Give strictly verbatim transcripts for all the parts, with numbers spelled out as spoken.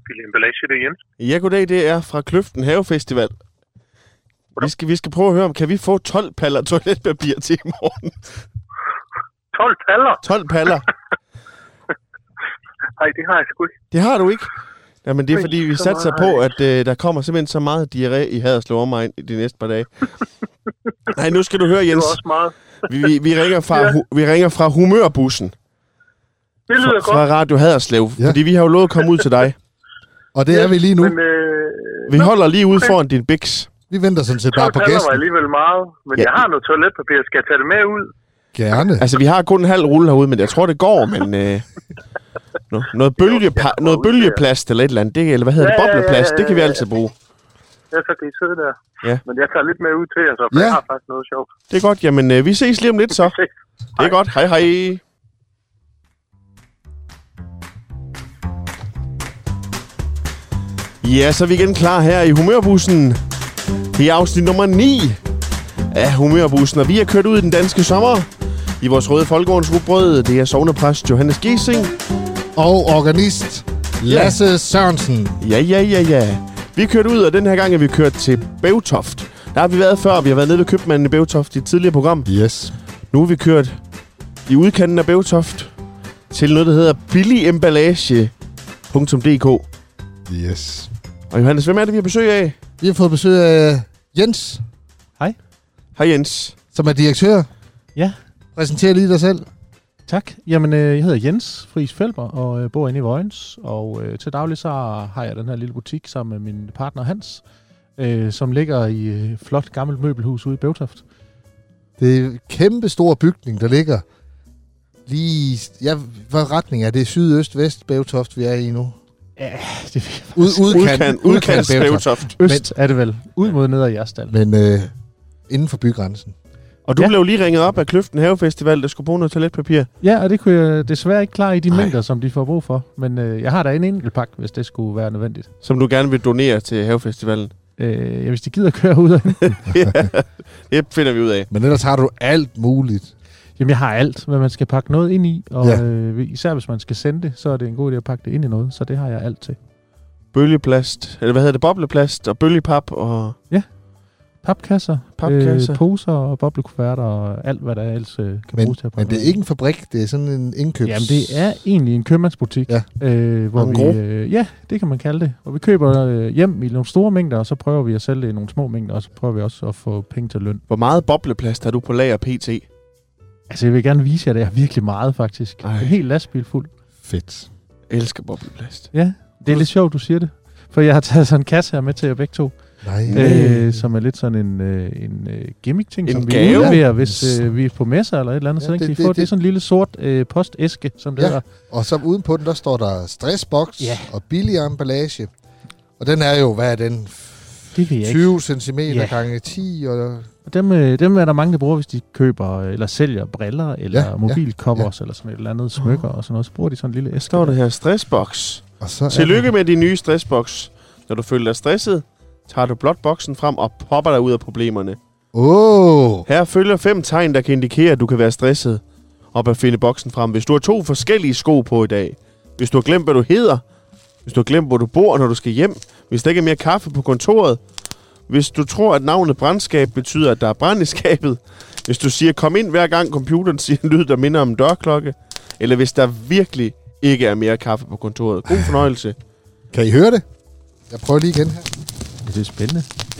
Billig emballage, det er Jens. Ja, goddag, det er fra Kløften Havefestival. Vi skal, vi skal prøve at høre, om kan vi få tolv paller toiletpapir til i morgen? tolv paller? tolv paller. Nej, det har jeg sgu ikke. Det har du ikke? Jamen, det er fordi, vi satser på, at øh, der kommer simpelthen så meget diarré i Haderslev omegn i de næste par dage. Nej, nu skal du høre, Jens. Det var også meget. vi, vi, vi, ringer fra, ja. hu, vi ringer fra Humørbussen. Det lyder fra, godt. Fra Radio Haderslev, ja. Fordi vi har jo lovet at komme ud til dig. Og det er vi lige nu. Men, øh, vi holder lige ude foran din biks. Vi venter sådan set bare på gæsten. tolv var alligevel meget, men ja. Jeg har noget toiletpapir. Skal jeg tage det med ud? Gerne. Altså, vi har kun en halv rulle herude, men jeg tror, det går, men... Øh, no, noget, bølge, noget bølgeplast eller et eller andet, det, eller hvad hedder ja, det, bobleplast, ja, ja, ja, ja. Det kan vi altid bruge. Ja, så kan I sidde der. Ja. Men jeg tager lidt med ud til jer, så ja. Jeg har faktisk noget sjovt. Det er godt, jamen øh, vi ses lige om lidt så. Det er godt, hej hej. Ja, så er vi igen klar her i Humørbussen. Det er afsnit nummer ni af Humørbussen, og vi er kørt ud i den danske sommer. I vores røde folkevogns rugbrød, det er sognepræst Johannes Giesing. Og organist Lasse ja. Sørensen. Ja, ja, ja, ja. Vi er kørt ud, og den her gang er vi kørt til Bevtoft. Der har vi været før, vi har været nede ved købmanden i Bevtoft i et tidligere program. Yes. Nu er vi kørt i udkanten af Bevtoft til noget, der hedder billig emballage punktum d k. Yes. Og Johannes, hvem er det, vi har besøg af? Vi har fået besøg af Jens. Hej. Hej Jens. Som er direktør. Ja. Præsenterer lige dig selv. Tak. Jamen, øh, jeg hedder Jens Friis Felber og øh, bor inde i Vojens. Og øh, til daglig så har jeg den her lille butik sammen med min partner Hans, øh, som ligger i et øh, flot gammelt møbelhus ude i Bevtoft. Det er en kæmpe stor bygning, der ligger lige... Ja, hvad retning er det? Syd-øst-vest Bevtoft, vi er i nu? Ja, det Ud, udkant, udkant, udkant Bevtoft. Øst men, er det vel. Ud mod ned ad Jerstal. Men øh, inden for bygrænsen. Og du ja. blev lige ringet op af Kløften Havefestival, der skulle bruge noget toiletpapir. Ja, og det kunne jeg desværre ikke klare i de Ej. mængder, som de får brug for. Men øh, jeg har da en enkelt pakke, hvis det skulle være nødvendigt. Som du gerne vil donere til Havefestivalen? Øh, ja, hvis de gider køre ud af ja, det finder vi ud af. Men ellers har du alt muligt. Jamen, jeg har alt, hvad man skal pakke noget ind i. Og ja. øh, især hvis man skal sende det, så er det en god idé at pakke det ind i noget. Så det har jeg alt til. Bølgeplast, eller hvad hedder det, bobleplast og bølgepap og... Ja. Papkasser, Papkasser. Øh, poser og boblekuverter og alt, hvad der ellers øh, kan men, bruges til at Men det er ikke en fabrik, det er sådan en indkøbs... Jamen, det er egentlig en købmandsbutik. Ja. Øh, hvor vi, øh, ja, det kan man kalde det. Hvor vi køber øh, hjem i nogle store mængder, og så prøver vi at sælge det i nogle små mængder, og så prøver vi også at få penge til løn. Hvor meget bobleplast har du på lager P T? Altså, jeg vil gerne vise jer, det er virkelig meget, faktisk. Ej. En helt lastbil fuld. Fedt. Jeg elsker bobleplast. Ja, det er lidt sjovt, du siger det. For jeg har taget sådan en kasse her med til jer begge to. Nej. Øh, som er lidt sådan en, øh, en øh, gimmick-ting, en som gave. vi udleverer, hvis øh, vi er på messer eller et eller andet. Ja, så den det, kan I det, få. det, Det er sådan en lille sort øh, postæske, som det ja. hedder. Og så udenpå den, der står der stressboks ja. og billig emballage. Og den er jo, hvad er den? Det ved jeg tyve centimeter ja. gange ti. Og Og dem, øh, dem er der mange, der bruger, hvis de køber eller sælger briller eller ja, mobilcovers ja. eller sådan et eller andet smykker og sådan noget. Så bruger de sådan en lille æske. Står det her stressboks. Og så Tillykke med din nye stressboks. Når du føler dig stresset, tager du blot boksen frem og popper dig ud af problemerne. Oh. Her følger fem tegn, der kan indikere, at du kan være stresset. Og bør finde boksen frem. Hvis du har to forskellige sko på i dag. Hvis du har glemt, hvad du hedder. Hvis du har glemt, hvor du bor, når du skal hjem. Hvis der ikke er mere kaffe på kontoret. Hvis du tror, at navnet brandskab betyder, at der er brand i skabet. Hvis du siger, kom ind hver gang computeren siger en lyd, der minder om en dørklokke. Eller hvis der virkelig ikke er mere kaffe på kontoret. God fornøjelse. Kan I høre det? Jeg prøver lige igen her. Det er spændende.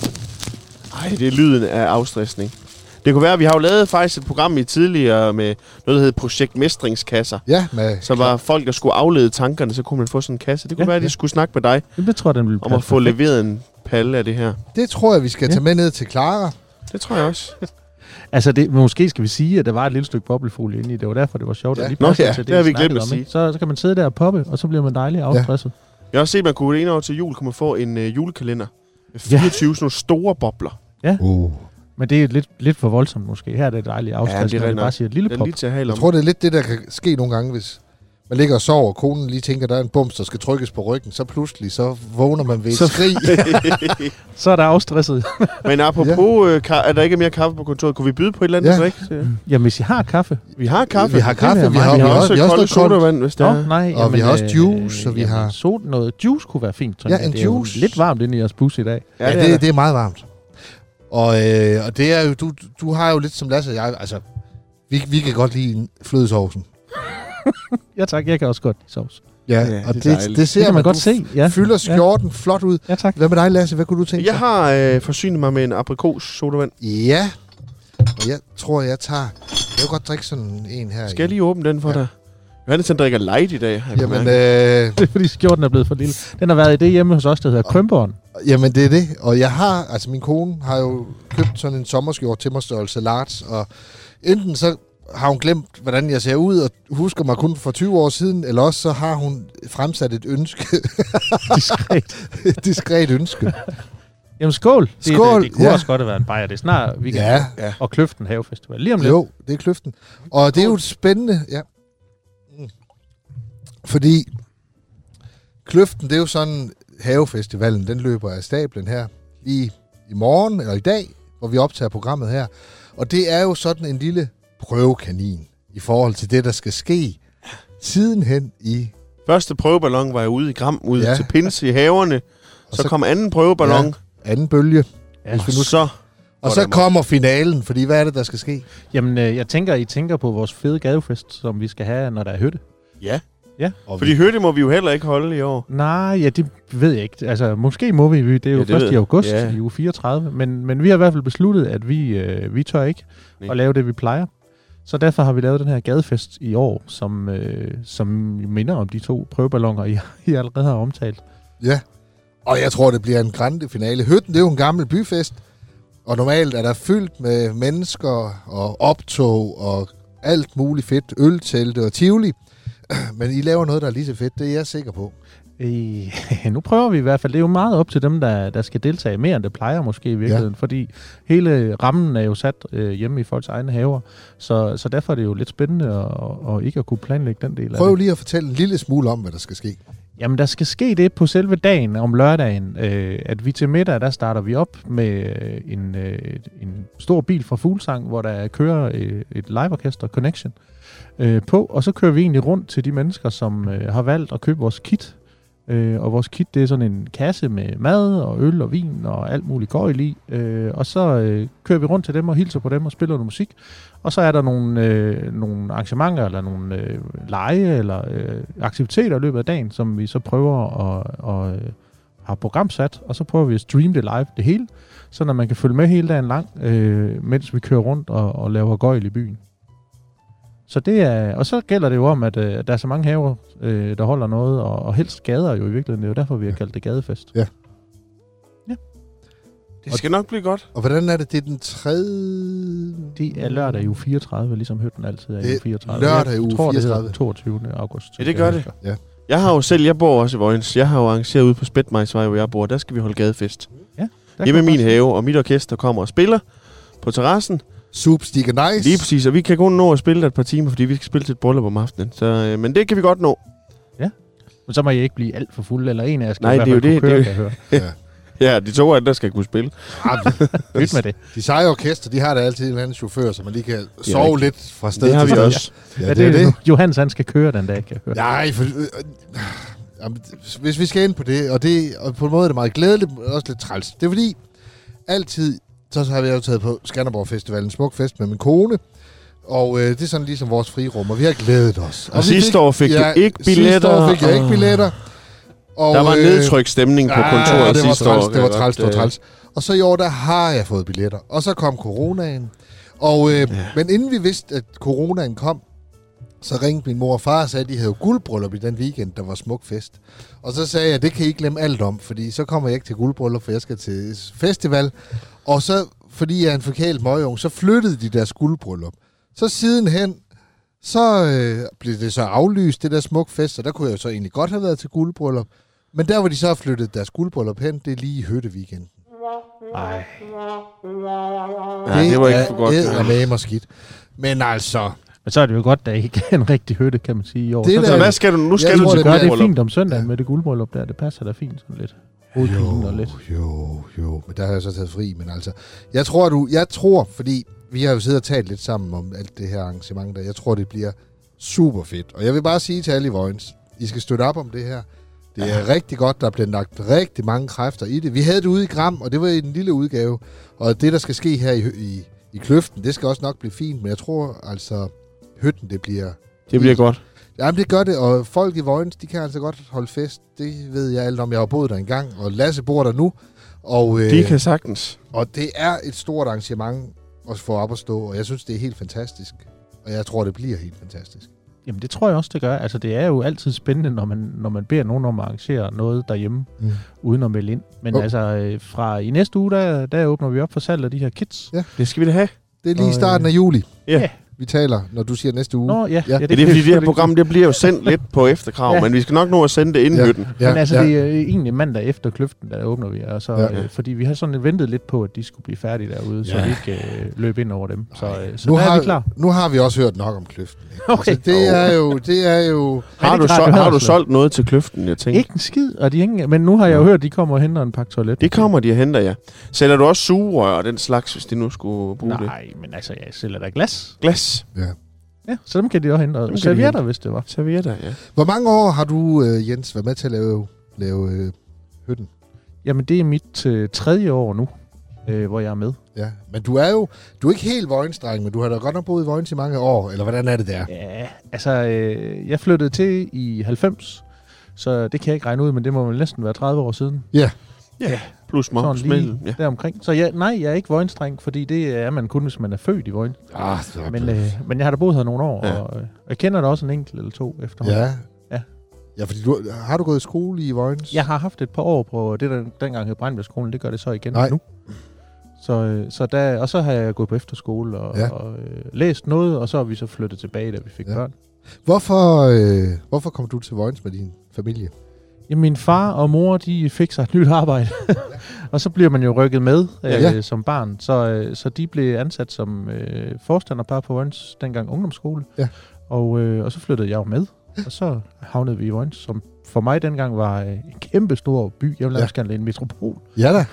Ej, det er lyden af afstressning. Det kunne være, at vi har jo lavet faktisk et program i tidligere med noget, der hedder Projekt Mestringskasser. Ja, med... Så var folk, der skulle aflede tankerne, så kunne man få sådan en kasse. Det kunne ja, være, at de ja. skulle snakke med dig. Det tror jeg, den vil om at få perfekt. leveret en palle af det her. Det tror jeg, vi skal ja. tage med ned til Clara. Det tror jeg også. Altså, det, måske skal vi sige, at der var et lille stykke boblefolie inde i. Det var derfor, det var sjovt. Ja. Lige Nå ja, til det, det har vi glemt at sige. Så, så kan man sidde der og poppe, og så bliver man dejligt afstresset. Ja. Jeg har også set, at man kunne ind over til jul, kunne man få en uh, julekalender. fireogtyve ja. sådan nogle store bobler. Ja. Uh. Men det er lidt, lidt for voldsomt måske. Her er det dejligt afstresset, ja, når man bare siger et lille pop. Jeg tror, det er lidt det, der kan ske nogle gange, hvis, man ligger og sover, og konen lige tænker, der er en bums, der skal trykkes på ryggen, så pludselig, så vågner man ved et Så- skrig. Så er der afstresset. Men apropos, ja. øh, ka- er der ikke mere kaffe på kontoret? Kunne vi byde på et eller andet Ja. drik? Ja. Jamen, hvis I har kaffe. Vi har kaffe. Vi har kaffe, Det vil vi jeg har, meget Vi har vi har også vi har koldt også noget koldt. sodavand, hvis der Nå, er. nej. Og vi har også øh, juice, og vi jamen, har- So, noget juice kunne være fint. Tror Ja, jeg. en det er jo juice. lidt varmt inde i jeres bus i dag. Ja, det det, er det er meget varmt. Og, øh, og det er jo, du, du har jo lidt som Lasse og jeg, altså, vi, vi kan godt lide flødesovsen. Ja tak, jeg kan også godt lide sovs. Ja, Ja, og det det, er det, dejligt. det ser Det kan man du godt se. Ja. fylder skjorten ja. flot ud. Ja tak. Hvad med dig, Lasse? Hvad kunne du tænke Jeg har øh, forsynet mig med en aprikos sodavand. Ja, og jeg tror, jeg tager... Jeg vil godt drikke sådan en her. Skal jeg lige åbne den for Ja. dig? Johannes, han drikker light i dag. har jeg Jamen, bemærket. øh, Det er fordi skjorten er blevet for lille. Den har været i det hjemme hos os, der hedder Krømperen. jamen, det er det. Og jeg har... Altså, min kone har jo købt sådan en sommerskjort til mig størrelse large, og enten så har hun glemt, hvordan jeg ser ud, og husker mig kun for tyve år siden, eller også så har hun fremsat et ønske. Diskret. et diskret ønske. Jamen skål. Det, Skål, Det, det kunne ja. også godt have været en bajer. Det er snart weekend. Ja, Ja. Og Kløften Havefestival. Lige om lidt. jo, det er kløften. Og det er jo et spændende... Ja. Mm. Fordi kløften, det er jo sådan, havefestivalen, den løber af stablen her lige i morgen, eller i dag, hvor vi optager programmet her. Og det er jo sådan en lille prøvekanin i forhold til det, der skal ske sidenhen i... Første prøveballon var jeg ude i Gram, ude Ja. til Pinse i haverne. Så, så- så kom anden prøveballon. Ja, anden bølge. Ja. Og så... Og så kommer finalen, fordi hvad er det, der skal ske? Jamen, øh, jeg tænker, I tænker på vores fede gadefest, som vi skal have, når der er hytte. Ja. Ja. Og Fordi hørte må vi jo heller ikke holde i år. Nej, ja, det ved jeg ikke. Altså, måske må vi. Det er jo Ja, det først ved i jeg. august, Ja. i uge fireogtredive. Men, men vi har i hvert fald besluttet, at vi, øh, vi tør ikke Nej. at lave det, vi plejer. Så derfor har vi lavet den her gadefest i år, som, øh, som minder om de to prøveballoner, I, I allerede har omtalt. Ja, og jeg tror, det bliver en grande finale. Hytten, det er jo en gammel byfest, og normalt er der fyldt med mennesker og optog og alt muligt fedt, øltelte og tivoli. Men I laver noget, der er lige så fedt, det er jeg sikker på. Øh, nu prøver vi i hvert fald. Det er jo meget op til dem, der, der skal deltage mere, end det plejer måske i virkeligheden. Ja. Fordi hele rammen er jo sat øh, hjemme i folks egne haver. Så, så derfor er det jo lidt spændende at, at ikke at kunne planlægge den del af Prøv det. lige at fortælle en lille smule om, hvad der skal ske. Jamen, der skal ske det på selve dagen om lørdagen, øh, at vi til middag, der starter vi op med øh, en, øh, en stor bil fra Fuglsang, hvor der kører øh, et liveorkester, Connection, øh, på, og så kører vi egentlig rundt til de mennesker, som øh, har valgt at købe vores kit. Øh, og vores kit, det er sådan en kasse med mad og øl og vin og alt muligt gøjl i. Øh, og så øh, kører vi rundt til dem og hilser på dem og spiller noget musik. Og så er der nogle, øh, nogle arrangementer eller nogle øh, lege eller øh, aktiviteter i løbet af dagen, som vi så prøver at, at, at have programsat. Og så prøver vi at streame det live, det hele, så man kan følge med hele dagen lang, øh, mens vi kører rundt og, og laver gøjl i byen. Så det er, og så gælder det jo om, at øh, der er så mange haver, øh, der holder noget, og, og helst gader jo i virkeligheden. Det er jo derfor, vi har kaldt det gadefest. Ja. Ja. Det skal nok blive godt. Og hvordan er det? Det er den tredje... Det er lørdag i uge fireogtredive, ligesom Hytten altid er i Det er uge fireogtredive. lørdag i uge Jeg tror, det fireogtredive. hedder toogtyvende august. Ja, det gør det. Ja. Jeg har jo selv, jeg bor også i Vojens. Jeg har jo arrangeret ude på Spætmejsvej, hvor jeg bor. Der skal vi holde gadefest. Der Hjemme i kan min man have, og mit orkester kommer og spiller på terrassen. Soup stikker nice. Lige præcis, og vi kan kun nå at spille der et par timer, fordi vi skal spille til et bryllup om aftenen. Så, øh, men det kan vi godt nå. Men så må I ikke blive alt for fulde, eller en af jer skal Nej, i hvert det er fald jo kunne det, køre, det er kan jeg høre. Ja. Ja, de to andre skal kunne spille. Ah, Nyt med det. de seje orkester, de har da altid en eller anden chauffør, så man lige kan sove rigtigt. lidt fra sted Det har til vi sted. også. Ja, Ja, det er det. Johannes, han skal køre den dag, kan jeg høre. Nej, for, øh, øh, jamen, hvis vi skal ind på det, og, det, og på en måde er det meget glædeligt, men også lidt træls. Det er fordi, altid, så har vi jo taget på Skanderborg Festival, en smuk fest med min kone, og øh, det er sådan ligesom vores frirum, og vi har glædet os. Og vi sidste år fik du ikke billetter, Sidste år fik jeg ikke og- billetter. Og, Der var øh, nedtrykt stemning på kontoret ja, det var sidste træls, år. det var kan jeg træls, det var godt, øh, træls. Og så i år, der har jeg fået billetter. Og så kom coronaen. Og, øh, ja. Men inden vi vidste, at coronaen kom, så ringte min mor og far og sagde, at de havde jo guldbryllup i den weekend, der var smuk fest. Og så sagde jeg, at det kan I ikke glemme alt om, fordi så kommer jeg ikke til guldbryllup, for jeg skal til festival. Og så, fordi jeg er en forkælet møgung, så flyttede de deres guldbryllup. Så sidenhen, så øh, blev det så aflyst, det der smuk fest, og der kunne jeg jo så egentlig godt have været til guldbryllup. Men der, hvor de så har flyttet deres guldbryllup hen, det er lige i Hytte-weekenden. Ej. Ja, det var ikke for godt. Det er med mig skidt. Men altså, Men så er det jo godt, der ikke er en rigtig hytte, kan man sige, i år. Det så der- Så hvad skal du? Nu skal Jeg du tror, til det gør det guldbryllup. fint om søndagen Ja. med det guldbryllup der. Det passer da fint sådan lidt. Hovedpinen og lidt. Jo, jo, men der har jeg så taget fri, men altså, jeg tror, du, jeg tror, fordi vi har jo siddet og talt lidt sammen om alt det her arrangement der, jeg tror, det bliver super fedt. Og jeg vil bare sige til alle i Vojens, I skal støtte op om det her. Det er ja. rigtig godt, der er blevet lagt rigtig mange kræfter i det. Vi havde det ude i Gram, og det var i en lille udgave. Og det, der skal ske her i, i, i Kløften, det skal også nok blive fint, men jeg tror altså, hytten, det bliver... Det bliver godt. Jamen, det gør det, og folk i Vojens, de kan altså godt holde fest. Det ved jeg alt om. Jeg har boet der engang, og Lasse bor der nu. Og, øh, De kan sagtens. og det er et stort arrangement at få op at stå, og jeg synes, det er helt fantastisk. Og jeg tror, det bliver helt fantastisk. Jamen det tror jeg også, det gør. Altså det er jo altid spændende, når man, når man beder nogen om at arrangere noget derhjemme, Mm. uden at melde ind. Men Oh. oh. altså øh, fra i næste uge, der, der åbner vi op for salg af de her kits. Ja. Det skal vi da have. Det er lige i Og, starten af juli, Ja. Ja. vi taler, når du siger næste uge. Nå ja, Ja. ja. Det er det, fordi det her program, det bliver jo sendt lidt på efterkrav, Ja. men vi skal nok nå at sende det inden Ja. hytten. Ja, Men altså, ja. det er egentlig mandag efter Kløften, der åbner vi. Og så, Ja. ja. øh, fordi vi har sådan ventet lidt på, at de skulle blive færdige derude, så Ja. vi ikke øh, løb ind over dem. Så, øh, så nu, der er har, vi klar. nu har vi også hørt nok om Kløften. Ikke? Okay. Altså, det er jo... Det er jo Har det du, ikke sol- Radio har du Hørsel? solgt noget til Kløften, jeg tænker? Ikke en skid, og de ingen, men nu har jeg jo hørt, at de kommer og henter en pakke toilet. Det kommer de og henter, ja. Sælger du også sugerør og den slags, hvis de nu skulle bruge det? Nej, men altså, jeg sælger da glas. Glas. ja. Ja, så dem kan de også hente. Dem kan Og de servietter, hvis det var. Servietter, ja. Hvor mange år har du, øh, Jens, været med til at lave, lave øh, hytten? Jamen, det er mit øh, tredje år nu, øh, hvor jeg er med. Ja, men du er jo... Du er ikke helt Vojens-dreng, men du har da godt nok boet i Vojens i mange år, eller hvordan er det der? Ja, altså, øh, jeg flyttede til i halvfems, så det kan jeg ikke regne ud, men det må vel næsten være tredive år siden. Ja. Ja, plus Sådan moms lige mellem. Ja. deromkring. Så ja, nej, jeg er ikke Vojens-dreng, fordi det er man kun, hvis man er født i Vojens. Ah, så Men, øh, men jeg har da boet her nogle år, Ja. ja. og øh, jeg kender da også en enkelt eller to efterhånden. Ja. Ja. Ja, fordi du, har du gået i skole i Vojens? Jeg har haft et par år på det, der dengang hed Brandbjergskolen. Det gør det så igen Nej. nu. Så, øh, så der, og så har jeg gået på efterskole og, Ja. ja. og øh, læst noget, og så har vi så flyttet tilbage, da vi fik Ja. ja. børn. Hvorfor, øh, hvorfor kom du til Vojens med din familie? Jamen, min far og mor, de fik sig et nyt arbejde. Og så bliver man jo rykket med øh, Ja. som barn. Så, øh, så de blev ansat som øh, forstanderpar på Vojens, dengang ungdomsskole. Ja. Og, øh, og så flyttede jeg jo med. Og så havnede vi i Vojens, som for mig dengang var øh, en kæmpe stor by. Jeg ville Ja. også gerne en metropol. Ja da.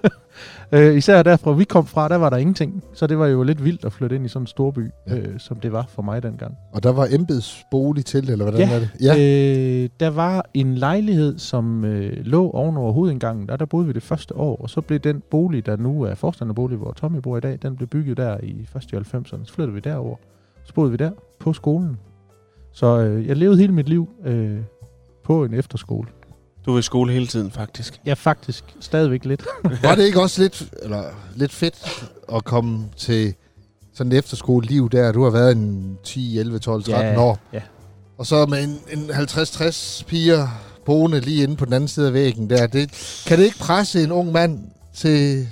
Øh, især derfra vi kom fra, der var der ingenting. Så det var jo lidt vildt at flytte ind i sådan en stor by, Ja. ja. øh, som det var for mig dengang. Og der var embedsbolig til, eller hvordan Ja. er det? Ja. Øh, der var en lejlighed, som øh, lå oven over hovedindgangen. Der, der boede vi det første år, og så blev den bolig, der nu er forstanderbolig, hvor Tommy bor i dag, den blev bygget der i først i halvfemserne. Så flyttede vi derover. Så boede vi der på skolen. Så øh, jeg levede hele mit liv øh, på en efterskole. Du er i skole hele tiden, faktisk. Ja, faktisk stadigvæk lidt. Var det ikke også lidt, eller, lidt fedt at komme til sådan et efterskoleliv der? Du har været en ti, elleve, tolv, tretten Ja, år. ja. Og så med en, en halvtreds tres piger boende lige inde på den anden side af væggen der. Det, kan det ikke presse en ung mand til...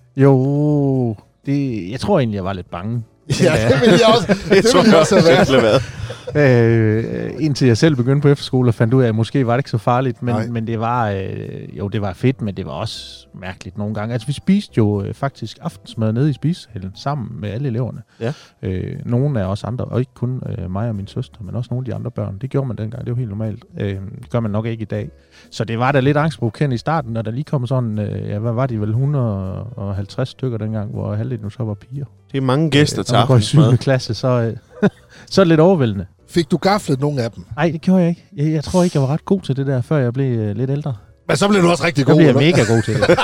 Jo, det, jeg tror egentlig, jeg var lidt bange. Ja, det vil jeg også, det Det tror vil jeg også have været. have været. Øh, indtil jeg selv begyndte på efterskole og fandt ud af, at måske var det ikke så farligt, Nej. men, men det var øh, jo det var fedt, men det var også mærkeligt nogle gange. Altså vi spiste jo øh, faktisk aftensmad nede i spisesalen sammen med alle eleverne. Ja. Øh, nogle af os andre, og ikke kun øh, mig og min søster, men også nogle af de andre børn. Det gjorde man dengang, det var helt normalt. Øh, det gør man nok ikke i dag. Så det var da lidt angstprovokerende i starten, når der lige kom sådan, øh, ja, hvad var de vel, et hundrede og halvtreds stykker dengang, hvor halvdelen nu så var piger. Det er mange gæster til Når man går i aftensmad. syvende klasse, så, øh, så er det lidt overvældende. Fik du gaflet nogle af dem? Nej, det gjorde jeg ikke. Jeg, jeg tror ikke, jeg var ret god til det der, før jeg blev øh, lidt ældre. Men så blev du også rigtig Så god. blev jeg eller? mega god til det.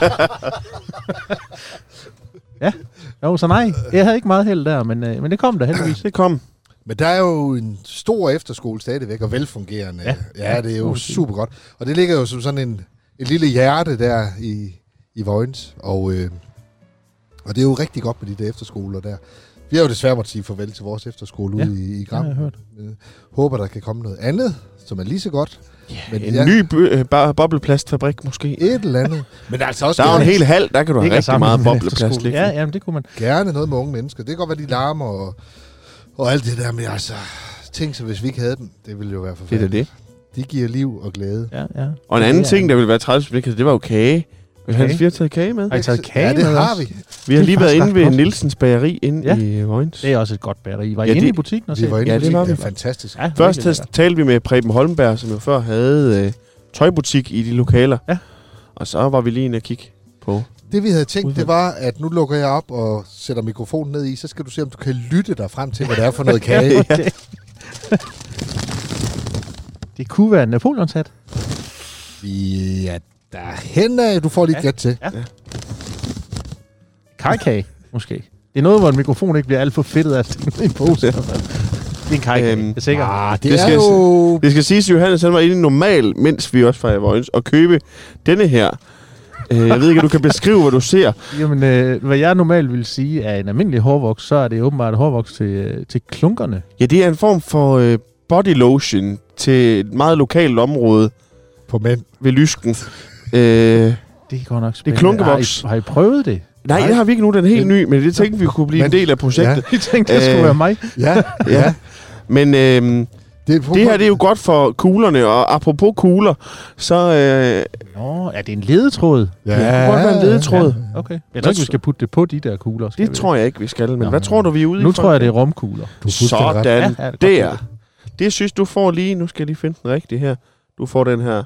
Ja, jo, så nej. Jeg havde ikke meget held der, men, øh, men det kom der heldigvis. Det kom. Men der er jo en stor efterskole stadigvæk, og velfungerende. Ja. Ja, det er jo Ja. super godt. Og det ligger jo som sådan en, et lille hjerte der i, i Vojens. Og, øh, og det er jo rigtig godt med de der efterskoler der. Vi har jo desværre måttet sige farvel til vores efterskole Ja, ude i, i Det Gram. har jeg hørt. Øh, håber, der kan komme noget andet, som er lige så godt. Men En ja, ny bø- øh, bare bobleplastfabrik måske. et eller andet. Men altså også Der er jo en gerne, hel hal, der kan du have Ikke at rigtig sammenligne meget med bobleplast efterskole. liggende. Ja, jamen det kunne man. gerne noget med unge mennesker. Det kan godt være, de larmer og, og alt det der. Men altså, tænk så, hvis vi ikke havde dem. Det ville jo være Det er da forfærdeligt. det. De giver liv og glæde. Ja, ja. Og en anden Ja. ting, der ville være træls, det var jo kage. Vil Hans, vi har taget kage med. Har I taget kage Ja, det med har os? vi. Vi har Det er lige været faktisk inde ret ved godt. Nielsens Bageri inde Ja. i Vojens. Det er også et godt bageri. Var I Ja, inde det- i butikken og Vi se? var inde Ja, i det butikken. var vi. Det er fantastisk. Ja, Først virkelig så talte vi med Preben Holmberg, som jo før havde øh, tøjbutik i de lokaler. Ja. Og så var vi lige inde og kigge på. Det vi havde tænkt, Udvalg. det var, at nu lukker jeg op og sætter mikrofonen ned i, så skal du se, om du kan lytte dig frem til, hvad det er for noget kage. Ja. Det. det kunne være en Napoleonshat. Ja, der hænder du får lige et Ja. gæt til. Kajkage, måske. Det er noget, hvor en mikrofon ikke bliver alt for fedtet af i en pose. Det er en kajkage, Øhm, det er sikkert. Ah, det, Det det skal er jo... Det skal siges, at Johannes han var inde normal, mens vi også var i Vojens, og købe denne her. Øh, jeg ved ikke, om du kan beskrive, hvad du ser. Jamen, øh, hvad jeg normalt vil sige er en almindelig hårvoks, så er det åbenbart hårvoks til, øh, til klunkerne. Ja, det er en form for øh, body lotion til et meget lokalt område På mænd. ved Lysken. Øh, Det er godt nok spændende. klunkevoks. Har I, har I prøvet det? nej, det har vi ikke nu. Den er helt Men- ny, men det tænkte vi kunne blive Men- en del af projektet. I tænkte, det skulle Øh, være mig. Ja, Ja. ja. Men øh, Det, er, det her det er jo godt for kuglerne, og apropos kugler, så... Øh, Nå, er det en ledetråd? ja, det kunne godt være en ledetråd. Okay. Jeg tror ikke, vi skal putte det på de der kugler. Skal Det vi tror jeg ikke, vi skal. Men Nå. hvad tror du, vi er ude i? Nu for? tror jeg, det er romkugler. Du er fuldstændig ret. Sådan Ja, ja, det er godt der. gået. Det synes du får lige... Nu skal jeg lige finde den rigtige her. Du får den her.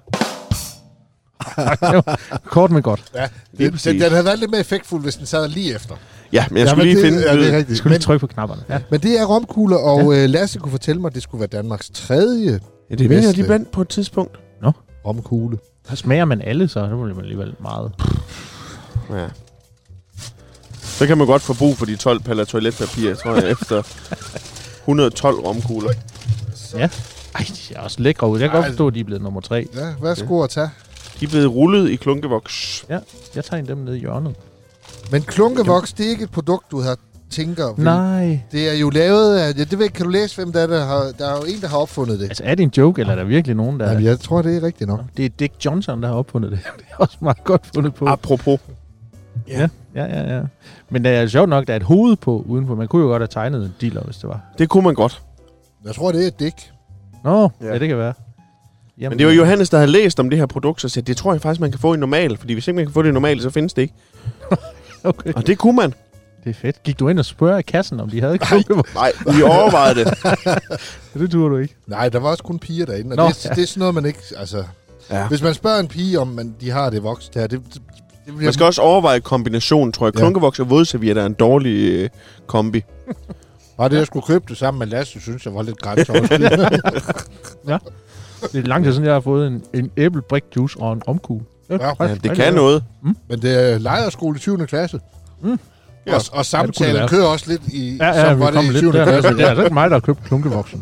Kort med godt. Ja, Lige det, præcis. den, den havde været lidt mere effektfuld, hvis den sad lige efter. Ja, men jeg Ja, skulle men lige det, finde... Ja, det er Jeg rigtigt. skulle Men, lige trykke på knapperne. Ja. men det er romkugler, og ja. øh, Lasse kunne fortælle mig, at det skulle være Danmarks tredje Ja, det mener jeg bedste lige blandt på et tidspunkt. romkugle. Så smager man alle, så det bliver man alligevel meget. Ja. Så kan man godt få brug for de tolv paller toiletpapir, tror jeg, efter et hundrede og tolv romkugler. Ja. Ej, de er også lækre ud. Jeg kan godt forstå, at de er blevet nummer tre. Ja, værsgo at tage. De er blevet rullet i klunkevoks. Jeg tager en dem ned i hjørnet. Men klunkevoks, det er ikke et produkt, du har tænker. fordi Nej. Det Det er jo lavet af... Ja, det ved jeg, kan du læse, hvem der er, der har... Der er jo en, der har opfundet det. Altså, er det en joke, eller er der virkelig nogen, der... Jamen, jeg tror, det er rigtigt nok. Det er Dick Johnson, der har opfundet det. Det er også meget godt fundet på. Apropos. Ja, ja, ja. ja. Men det er sjovt nok, der er et hoved på udenfor. Man kunne jo godt have tegnet en dealer, hvis det var. Det kunne man godt. Jeg tror, det er et dæk. Nå, Ja. ja, ja det kan være. Jamen, Men det var Johannes, der havde læst om det her produkt, så sagde, det tror jeg faktisk, man kan få i normal. Fordi hvis ikke man kan få det i normal, så findes det ikke. Okay. Og det kunne man. Det er fedt. Gik du ind og spørger i kassen, om de havde klunkevoks? Nej, vi overvejede det. Det turde du ikke. Nej, der var også kun piger derinde. Og Nå, det, ja. det er sådan noget, man ikke... Altså, Ja. hvis man spørger en pige, om man, de har det voks der, det, det, det bliver... Man skal også overveje kombinationen, tror jeg. Ja. Klunkevoks og vådservietter er en dårlig øh, kombi. Bare det, jeg skulle købe det sammen med Lasse, synes jeg var lidt grænseoverskridende. Det er lang tid siden, jeg har fået en, en æblebrik-juice og en romkugle. Ja, Ja, det kan noget. Men det er lejerskole i tyvende klasse. Mm. Ja. Og, og samtalen være. kører også lidt i... Ja, ja, som vi var det kommer i lidt syvende der. klasse. Det er altså ikke mig, der har købt klunkevoksen.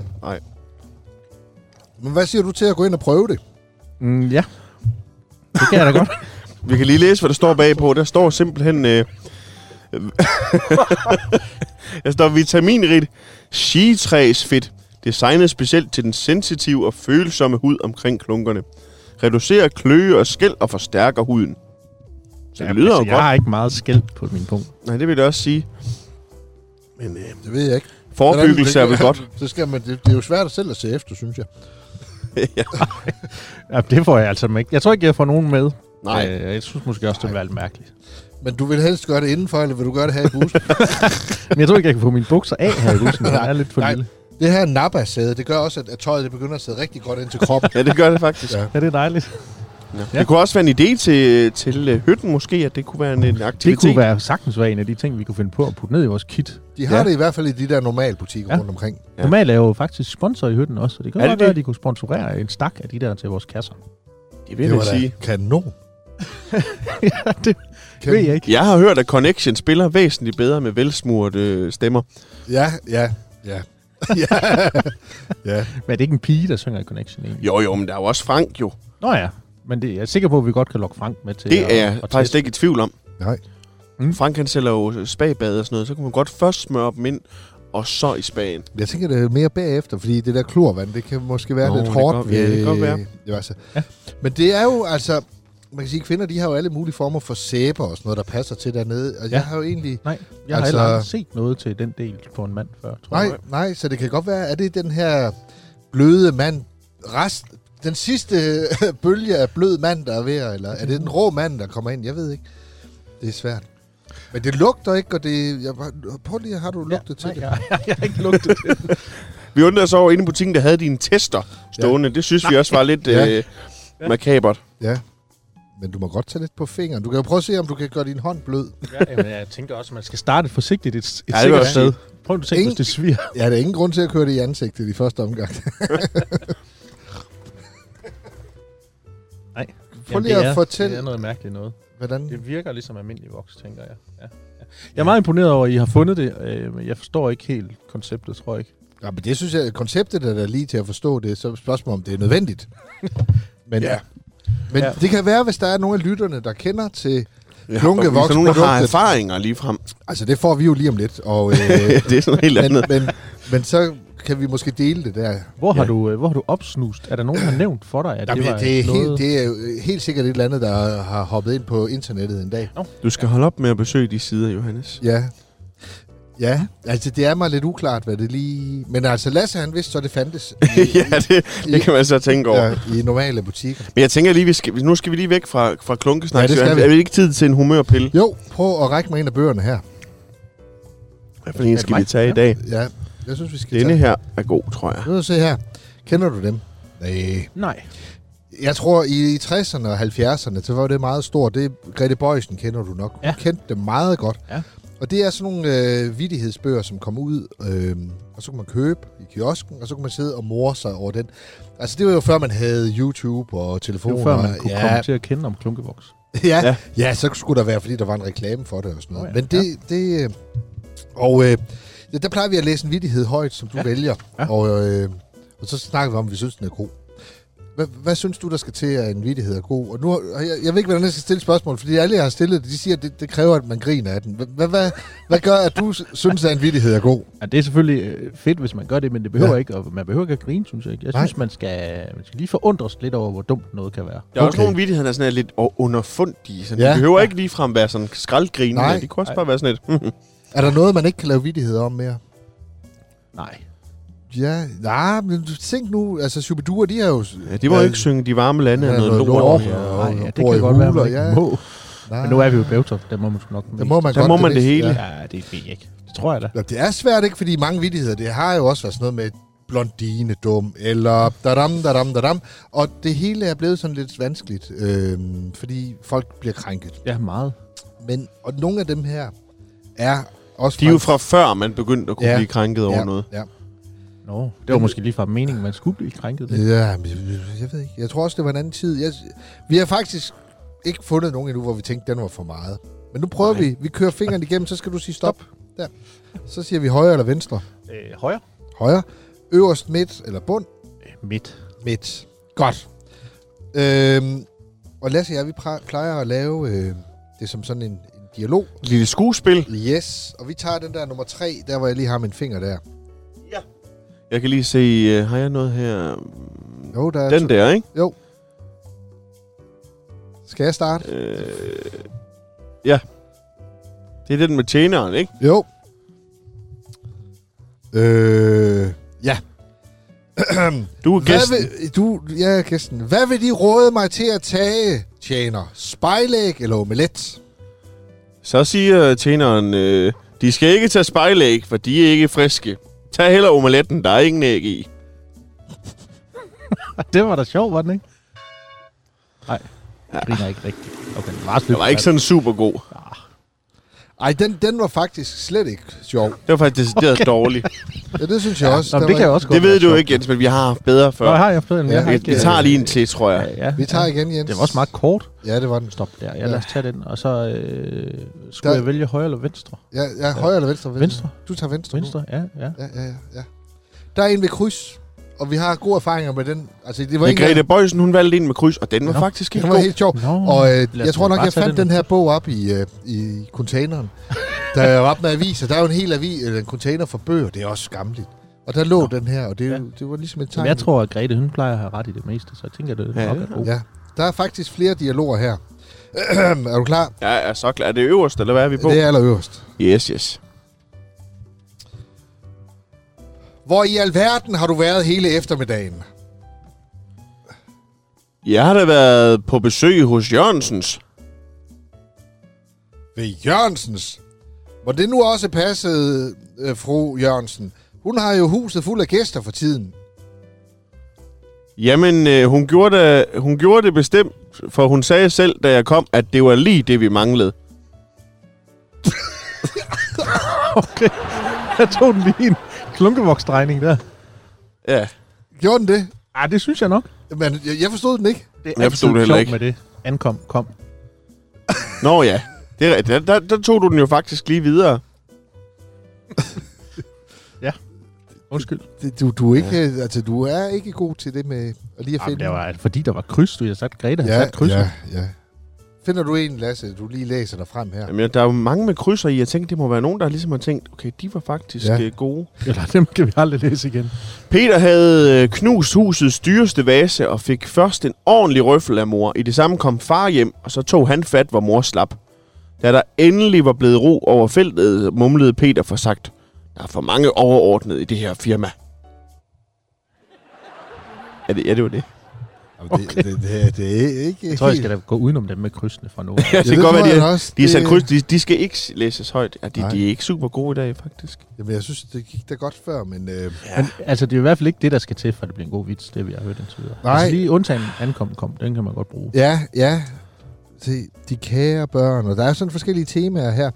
Men hvad siger du til at gå ind og prøve det? Mm, ja. Det kan jeg da godt. Vi kan lige læse, hvad der står bagpå. Der står simpelthen... Øh, der står vitaminrigt skitræsfedt. Designet specielt til den sensitive og følsomme hud omkring klunkerne. Reducerer kløe og skæld og forstærker huden. Så det lyder altså, jo jeg godt. har ikke meget skæld på min punkt. Nej, det vil jeg også sige. Men øh, Det ved jeg ikke. forebyggelse er vel godt. Så skal man, det, det er jo svært selv at se efter, synes jeg. Ja, det får jeg altså ikke. Jeg tror ikke, jeg får nogen med. Nej. Øh, jeg synes måske også, det vil være lidt mærkeligt. Men du vil helst gøre det indenfor, eller vil du gøre det her i bussen? Men jeg tror ikke, jeg kan få mine bukser af her i bussen. Den Nej, er lidt for nej. lille. Det her nappa-sæde, det gør også, at, at tøjet det begynder at sidde rigtig godt ind til kroppen. Ja, det gør det faktisk. Ja. Ja. Ja, det er dejligt. Ja. Det kunne også være en idé til, til øh, hytten måske, at det kunne være en, en aktivitet. Det kunne være sagtens være en af de ting, vi kunne finde på at putte ned i vores kit. De har Ja. det i hvert fald i de der normale butikker Ja. rundt omkring. Ja. Normalt er jo faktisk sponsor i hytten også, så det kan Er det godt være, det? at de kunne sponsorere en stak af de der til vores kasser. Det vil Det jeg var sige. da kanon. ja, det Kan, ved jeg ikke. Jeg har hørt, at Connection spiller væsentligt bedre med velsmurte øh, stemmer. Ja, ja, ja. ja. ja. Men er det ikke en pige, der synger i Connection egentlig? Jo, jo, men der er jo også Frank jo. Nå ja, men det, jeg er sikker på, at vi godt kan lokke Frank med til Det at, er jeg at faktisk teste. ikke i tvivl om. Nej. Mm. Frank han sælger jo spagbad og sådan noget, så kan man godt først smøre dem ind, og så i spagen. Jeg tænker, det er mere bagefter, fordi det der klorvand, det kan måske være Nå, lidt det hårdt. kan godt- ja, det kan godt være. Ja, altså. Ja. Men det er jo altså... Man kan sige, at kvinder, de har jo alle mulige former for sæber og sådan noget, der passer til dernede. Og Ja. jeg har jo egentlig... Nej, jeg har Altså- heller aldrig set noget til den del på en mand før, tror Nej, jeg. nej, så det kan godt være, at det er den her bløde mand, rest, den sidste bølge af blød mand, der er ved, eller er det den rå mand, der kommer ind? Jeg ved ikke. Det er svært. Men det lugter ikke, og det... Jeg, prøv lige, har du lugtet ja, til nej, det? Jeg, jeg har ikke lugtet til det. Vi undrede os over inde i butikken, der havde dine tester stående. Ja. Det synes vi også var lidt ja. øh, makabert. Ja. Men du må godt tage lidt på fingeren. Du kan jo prøve at se, om du kan gøre din hånd blød. Ja, men jeg tænker også, at man skal starte forsigtigt et, et ja, sikkert sted. Prøv at tænke, hvis det sviger. Ja, der er ingen grund til at køre det i ansigtet i første omgang. Nej. Prøv lige at fortælle... Det er noget mærkeligt noget. Hvordan? Det virker ligesom almindelig voks, tænker jeg. Ja. Ja. Jeg er meget imponeret over, at I har fundet det, men jeg forstår ikke helt konceptet, tror jeg ikke. Ja, men det synes jeg, konceptet er der lige til at forstå det. Så er spørgsmålet, om det er nødvendigt. Men, ja. men ja. det kan være, hvis der er nogle af lytterne, der kender til ja, klunkevoks. Hvis nogen, der har erfaringer lige frem. Altså, det får vi jo lige om lidt. Og, øh, det er sådan helt men, andet. Men, men så kan vi måske dele det der. Hvor har, ja. du, hvor har du opsnust? Er der nogen, der har nævnt for dig, at Jamen, det var det, er noget... helt, det er jo helt sikkert et eller andet, der har hoppet ind på internettet en dag. No. Du skal holde op med at besøge de sider, Johannes. Ja. Ja, altså det er mig lidt uklart, hvad det lige... Men altså Lasse, han vidste så, det fandtes. I, ja, det, det kan man så tænke over. Ja, i normale butikker. Men jeg tænker lige, vi skal, nu skal vi lige væk fra, fra klunkesnak. Ja, det skal vi. Er vi ikke tid til en humørpille? Jo, prøv at række mig en af bøgerne her. Hvad for en skal vi tage i dag? Ja, jeg synes, vi skal Denne tage. her er god, tror jeg. Nu se her. Kender du dem? Nej. Nej. Jeg tror, i tresserne og halvfjerdserne, så var det meget stort. Det er Grete Bøjsen, kender du nok. Hun ja. kendte det meget godt. Ja. Og det er sådan nogle øh, vittighedsbøger, som kommer ud, øh, og så kan man købe i kiosken, og så kan man sidde og more sig over den. Altså, det var jo før, man havde YouTube og telefoner. Det var før, man kunne ja. komme til at kende om klunkevoks. ja, ja. Ja. ja, så skulle der være, fordi der var en reklame for det og sådan noget. Oh, ja. Men det... det øh, og øh, der plejer vi at læse en vittighed højt, som du ja. vælger. Ja. Og, øh, og så snakker vi om, om vi synes, den er god. Hvad, hvad synes du, der skal til, at en vittighed er god? Og nu, jeg, jeg ved ikke, hvordan jeg skal stille spørgsmål, fordi alle, jeg har stillet det, de siger, at det, det kræver, at man griner af den. Hvad, hvad, hvad gør, at du synes, at en vittighed er god? Ja, det er selvfølgelig fedt, hvis man gør det, men det behøver ja. ikke, og man behøver ikke at grine, synes jeg ikke. Jeg Nej. synes, man skal, man skal lige forundres lidt over, hvor dumt noget kan være. Der er Okay. også nogle vittigheder, der sådan er lidt underfundige. Sådan. Ja. De behøver ikke ligefrem være sådan skraldgrine. Nej. De kan også Nej. bare være sådan et... Er der noget, man ikke kan lave vittigheder om mere? Nej. Ja, nej, men tænk nu, altså Shubidua, de har jo... ja, de må jo ikke synge De Varme Lande af Ja, noget noget lort. lort. Ja. og- Nej, og ja, det bor kan i godt være, huler, man ikke ja. må. Nej. Men nu er vi jo i Bævtoft, der må man sgu nok... Der må man Der godt må man det vidste, hele. Ja. Ja, det ved jeg ikke. Det tror jeg da. Ja, det er svært, ikke? Fordi mange vittigheder, det har jo også været sådan noget med blondine dum, eller dadam, dadam, dadam. Og det hele er blevet sådan lidt vanskeligt, øhm, fordi folk bliver krænket. Ja, meget. Men, og nogle af dem her er også... De er jo fra før, man begyndte at kunne Ja. blive krænket over ja, noget. Ja. Nå, det var måske lige fra meningen, man skulle blive krænket. Det. Ja, men jeg, jeg ved ikke. Jeg tror også, det var en anden tid. Jeg, vi har faktisk ikke fundet nogen endnu, hvor vi tænkte, den var for meget. Men nu prøver Nej. vi. Vi kører fingeren igennem, så skal du sige stop. Der. Så siger vi højre eller venstre. Øh, højre? Højre. Øverst, midt eller bund. Øh, midt. Midt. Godt. Øhm, og Lasse og jeg, vi plejer at lave øh, det som sådan en, en dialog. Et lille skuespil. Yes. Og vi tager den der nummer tre, der hvor jeg lige har min finger der. Ja. Jeg kan lige se, uh, har jeg noget her? Jo, der er Den to- der, ikke? Jo. Skal jeg starte? Øh, ja. Det er den med tjeneren, ikke? Jo. Øh, ja. Du er Hvad gæsten. vil, du, ja, gæsten. Hvad vil de råde mig til at tage, tjener? Spejlæg eller omelet? Så siger tjeneren, øh, de skal ikke tage spejlæg, for de er ikke friske. Tag heller omeletten, der er ingen æg i. Det var da sjovt, var den ikke? Nej, jeg griner ikke rigtigt. Okay, det var, Det var ikke sådan super god. Ej, den, den var faktisk slet ikke sjov. Det var faktisk decideret okay. dårligt. Ja, det synes jeg også. Nå, Der det var kan jeg ikke- også godt Det ved være du sjovt. ikke, Jens, men vi har haft bedre før. Nå, har jeg fået en? Ja, Jeg har vi, ikke, vi tager lige en til, tror jeg. Ja, ja, Vi tager ja. igen, Jens. Det var også meget kort. Ja, det var den. Stop der. Ja, Ja. lad os tage den. Og så øh, skulle Der- jeg vælge højre eller venstre? Ja, ja, højre eller venstre? Venstre. Du tager venstre. nu. Venstre, ja, ja. Ja, ja, ja, ja. Der er en ved kryds, og vi har gode erfaringer med den. Altså, det var Men ikke Grete Bøjsen, hun valgte en med kryds, og den var Nå. faktisk den ikke var god. helt sjov. Nå, Og øh, lad os jeg tror nok, bare jeg tage fandt den. den her bog op i, øh, i containeren. Da jeg var op med aviser, der er jo en hel avis, eller en container for bøger. Det er også skamligt. Og der lå Nå. den her, og det, Ja. det var ligesom et Men tegn. jeg tror, at Grete, hun plejer at have ret i det meste, så jeg tænker, at det Ja, nok ja. er god. Ja, der er faktisk flere dialoger her. Er du klar? Ja, er så klar. Er det øverst, eller hvad er vi på? Det er allerøverst. Yes, yes. Hvor i alverden har du været hele eftermiddagen? Jeg har da været på besøg hos Jørgensens. Ved Jørgensens? Hvor det nu også passede, øh, fru Jørgensen. Hun har jo huset fuld af gæster for tiden. Jamen, øh, hun, gjorde det, hun gjorde det bestemt, for hun sagde selv, da jeg kom, at det var lige det, vi manglede. Okay. Jeg tog den lige en klunkevoksdrejning der. Ja. Gjorde den det? Ej, det synes jeg nok. Men jeg, jeg forstod den ikke. Det er Jeg forstod det heller ikke. med det. Ankom, kom. Nå ja, det er, der, der, der tog du den jo faktisk lige videre. Undskyld. Det, du, du, er ikke, ja. altså, du er ikke god til det med at lige at Jamen, finde... det var fordi, der var kryds. Du har sat Grete, har ja, sat kryds. ja, ja. Finder du en, Lasse, du lige læser dig frem her? Jamen, der er jo mange med krydser i. Jeg tænkte, det må være nogen, der ligesom har tænkt, okay, de var faktisk Ja. ja. gode. Eller dem kan vi aldrig læse igen. Peter havde øh, knust husets dyreste vase og fik først en ordentlig røffel af mor. I det samme kom far hjem, og så tog han fat, hvor mor slap. Da der endelig var blevet ro over feltet, mumlede Peter for sagt, der er for mange overordnede i det her firma. Ja, det, ja, det var det. Okay. Det, det, det, det er ikke Jeg tror, jeg skal da gå udenom dem med krydsene fra nu. Ja, det kan godt være, de, også. de, er sat Det- kryds, de, de skal ikke læses højt. Ja, de, Nej. de er ikke super gode i dag, faktisk. Jamen, jeg synes, det gik da godt før, men... Øh, Men, altså, det er i hvert fald ikke det, der skal til, for at det bliver en god vits, det vi har hørt indtil videre. Nej. Altså, lige undtagen ankom, kom, den kan man godt bruge. ja, ja. Se, de kære børn, og der er sådan forskellige temaer her.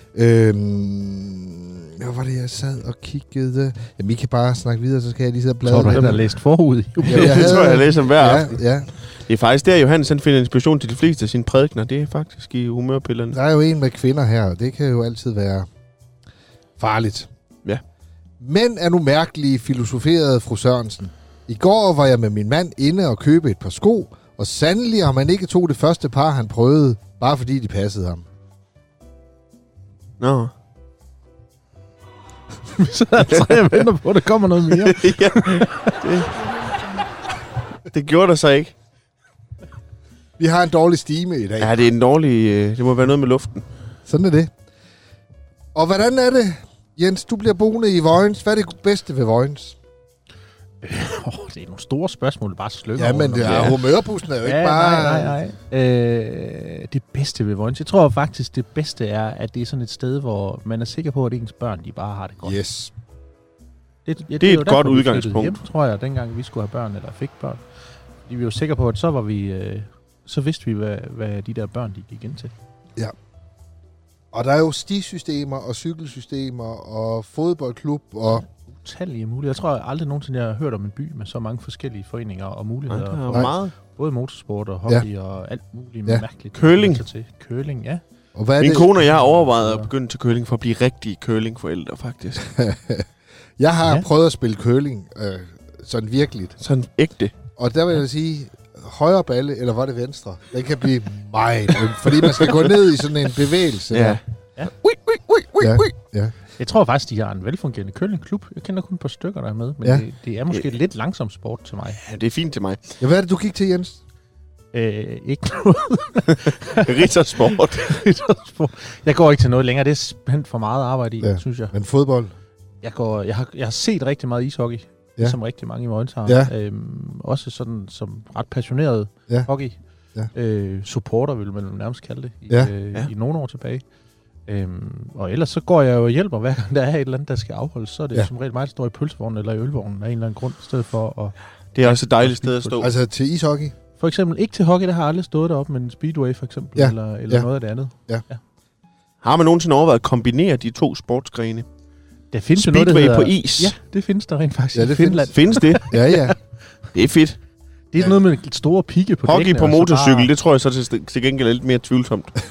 Øhm, hvad var det, jeg sad og kiggede? Jamen, I kan bare snakke videre, så skal jeg lige sidde og bladre. Tror du, han lidt. har læst forud? Jamen, jeg det havde- tror jeg, jeg læser hver ja, aften. ja. Det er faktisk der, Johannes han finder inspiration til de fleste af sine prædikener. Det er faktisk i humørpillerne. Der er jo en med kvinder her, og det kan jo altid være farligt. Ja. Mænd er nu mærkelige, filosoferede fru Sørensen. I går var jeg med min mand inde og købe et par sko, og sandelig har man ikke tog det første par, han prøvede, bare fordi de passede ham. Nå. Så altså, jeg venter på, at der kommer noget mere. ja, det, det gjorde der så ikke. Vi har en dårlig stime i dag. Ja, det er en dårlig... Øh, det må være noget med luften. Sådan er det. Og hvordan er det, Jens? Du bliver boende i Vojens. Hvad er det bedste ved Vojens? Oh, det er nogle store spørgsmål, bare slynger Ja, men over. det er, Ja. humørbussen er jo ikke Ja, bare... nej, nej, nej. Øh, det bedste ved Vojens. Jeg tror faktisk, det bedste er, at det er sådan et sted, hvor man er sikker på, at ens børn, de bare har det godt. Yes. Det, ja, Det er jo et derfor, godt vi flyttede udgangspunkt. Hjem, tror jeg, dengang vi skulle have børn, eller fik børn. Fordi vi var sikre på, at så var vi... Øh, så vidste vi, hvad, hvad de der børn, de gik ind til. Og der er jo stisystemer og cykelsystemer og fodboldklub og... Utallige muligheder. Jeg tror aldrig nogensinde, jeg har hørt om en by med så mange forskellige foreninger og Nej, muligheder. der er for jo Nej. meget. både motorsport og hockey ja. og alt muligt Ja. mærkeligt. Curling. Til. Curling, ja. og hvad er Min det? kone og jeg har overvejet at begynde til curling for at blive rigtige curlingforældre, faktisk. Jeg har Ja. ja. prøvet at spille curling, øh, sådan virkeligt. Sådan ægte. Og der vil jeg sige, højre balle, eller var det venstre? Den kan blive meget øm, fordi man skal gå ned i sådan en bevægelse. Ja. Ja. Ui, ui, ui, ui, Ja. ui. Ja. Jeg tror faktisk, de har en velfungerende curlingklub. Jeg kender kun et par stykker, der er med, men Ja. ja. det, det er måske Ja. lidt langsom sport til mig. Ja, det er fint til mig. Ja, hvad er det, du gik til, Jens? Øh, ikke noget Rittersport. sport. Jeg går ikke til noget længere. Det er spændt for meget arbejde i, Ja. ja. synes jeg. Men fodbold? Jeg, går, jeg, har, jeg har set rigtig meget ishockey, Ja. ja. som rigtig mange i Vojens har. Ja. Øhm, også sådan som ret passioneret Ja. hockey. Ja. Øh, supporter, vil man nærmest kalde det, i, Ja. øh, Ja. i nogle år tilbage. Øhm, og ellers så går jeg jo og hjælper, hver gang der er et eller andet, der skal afholdes. Så er det Ja. ja. som regel mig, der står i pølsevognen eller i ølvognen af en eller anden grund, i stedet for at... Det er også et dejligt sted at stå. Altså til ishockey? For eksempel ikke til hockey, der har jeg aldrig stået deroppe, men speedway for eksempel, Ja. eller, eller Ja. noget af det andet. Har man nogensinde overvejet at kombinere de to sportsgrene? Der findes jo noget, der Speedway hedder... på is. Ja, det findes der rent faktisk Ja, i det Finland. Findes det? Ja, ja. Det er fedt. Det er Ja. noget med store pigge på Hockey dækkene, på og så motorcykel, bare- det tror jeg så til, til gengæld er lidt mere tvivlsomt.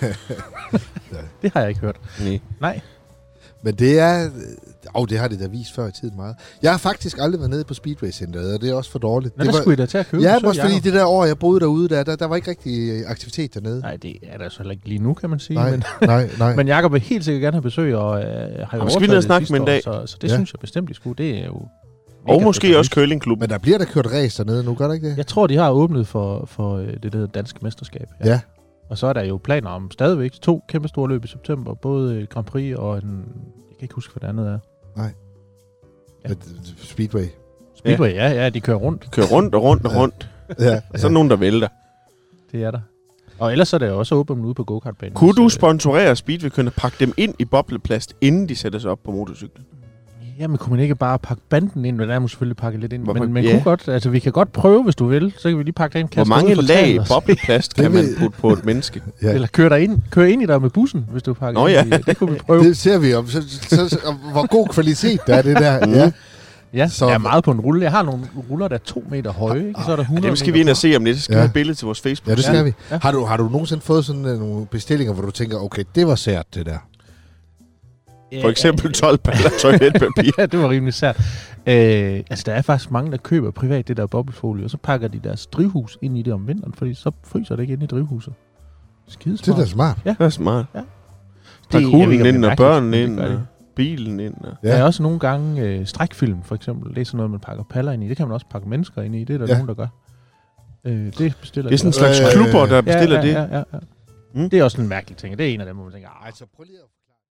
Det har jeg ikke hørt. Nej. Nej. Men det er... Åh, oh, det har det da vist før i tiden meget. Jeg har faktisk aldrig været nede på Speedway-centeret, og det er også for dårligt. Nå, det der var, skulle I da til at købe. ja, så også fordi Jacob. det der år, jeg boede derude, der, der, der var ikke rigtig aktivitet dernede. Nej, det er der så heller ikke lige nu, kan man sige. nej, Men, nej, nej. men Jacob vil helt sikkert gerne have besøg, og øh, har jo Jamen, skal vi overtaget ned og det snakke sidste med en dag? år, Så, så det Ja. ja. synes jeg bestemt, I skulle. Det er jo... Og mega måske fedt. også curlingklubben. Men der bliver der kørt race dernede nu, gør der ikke det? Jeg tror, de har åbnet for, for øh, det, der hedder Dansk Mesterskab. Ja. Ja. Og så er der jo planer om stadigvæk to kæmpe store løb i september. Både et Grand Prix og en... Jeg kan ikke huske, hvad det andet er. Ja. Men, Speedway. Speedway, ja, ja, de kører rundt. Kører rundt og rundt og Ja. rundt. Ja, Så er nogen, der vælter. Det er der. Og ellers er det også åbent ude på go-kartbanen. Kunne du Så- sponsorere Speedway-køerne, pakke dem ind i bobleplast, inden de sætter sig op på motorcyklen? Jamen, kunne man ikke bare pakke banden ind? Men der må selvfølgelig pakke lidt ind. Hvorfor- Men man ja. kunne godt, altså vi kan godt prøve, hvis du vil. Så kan vi lige pakke dig ind. Hvor kaste mange ud for lag taget, og så- bobleplast kan Det man ved- putte på et menneske? Ja. Eller køre dig ind, køre ind i dig med bussen, hvis du pakker Nå ind ja. i, det kunne vi prøve. Det ser vi om. Så, så, så, og hvor god kvalitet der er det der. Mm. Ja. Ja, Så- så jeg er meget på en rulle. Jeg har nogle ruller, der er to meter høje, ikke? Så er der Ja, hundrede dem skal meter vi ind og på. se om lidt. Så skal Ja. vi have et billede til vores Facebook. Ja, det skal Ja. vi. Ja. Har du, har du nogensinde fået sådan uh, nogle bestillinger, hvor du tænker, okay, det var sært, det der? Ja, For eksempel tolv paller toiletpapir. Ja, det var rimelig sært. Øh, altså, der er faktisk mange, der køber privat det der boblefolie, og så pakker de deres drivhus ind i det om vinteren, fordi så fryser det ikke ind i drivhuset. Skidesmart. Det er da smart. Det er smart. Det- Pak jeg ved ikke, hunden om det er ind, og mærkeligt, børnene men det ind, gør de. og bilen ind. Og... Der er også nogle gange øh, strækfilm, for eksempel. Det er sådan noget, man pakker paller ind i. Det kan man også pakke mennesker ind i. Det er der Ja. ja. nogen, der gør. Øh, det bestiller Det er sådan en de slags Øh, klubber, der bestiller ja, det. ja, ja, ja. Mm. Det er også en mærkelig ting. Det er en af dem, hvor man tænker, "Ej, Altså, prøv lige at